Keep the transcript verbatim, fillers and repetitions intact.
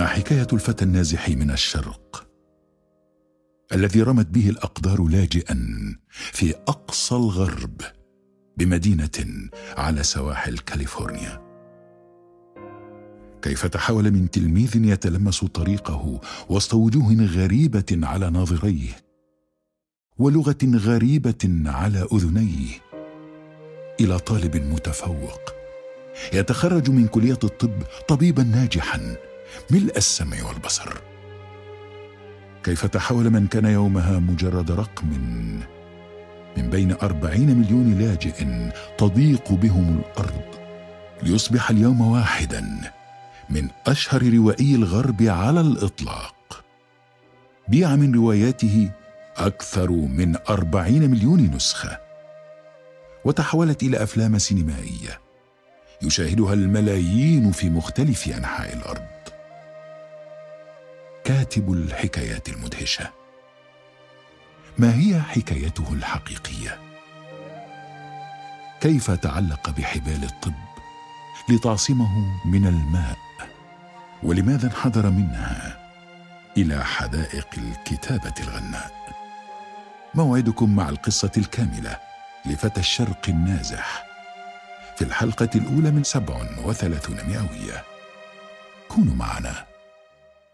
ما حكاية الفتى النازح من الشرق الذي رمت به الأقدار لاجئا في أقصى الغرب بمدينة على سواحل كاليفورنيا؟ كيف تحول من تلميذ يتلمس طريقه وسط وجوه غريبة على ناظريه ولغة غريبة على أذنيه إلى طالب متفوق يتخرج من كلية الطب طبيبا ناجحا ملء السمع والبصر. كيف تحول من كان يومها مجرد رقم من بين أربعين مليون لاجئ تضيق بهم الأرض ليصبح اليوم واحدا من أشهر روائي الغرب على الإطلاق. بيع من رواياته أكثر من أربعين مليون نسخة، وتحولت إلى أفلام سينمائية يشاهدها الملايين في مختلف أنحاء الأرض. كاتب الحكايات المدهشة، ما هي حكايته الحقيقية؟ كيف تعلق بحبال الطب لتعصمه من الماء؟ ولماذا انحدر منها إلى حدائق الكتابة الغناء؟ موعدكم مع القصة الكاملة لفتى الشرق النازح في الحلقة الأولى من سبع وثلاثون مئوية. كونوا معنا.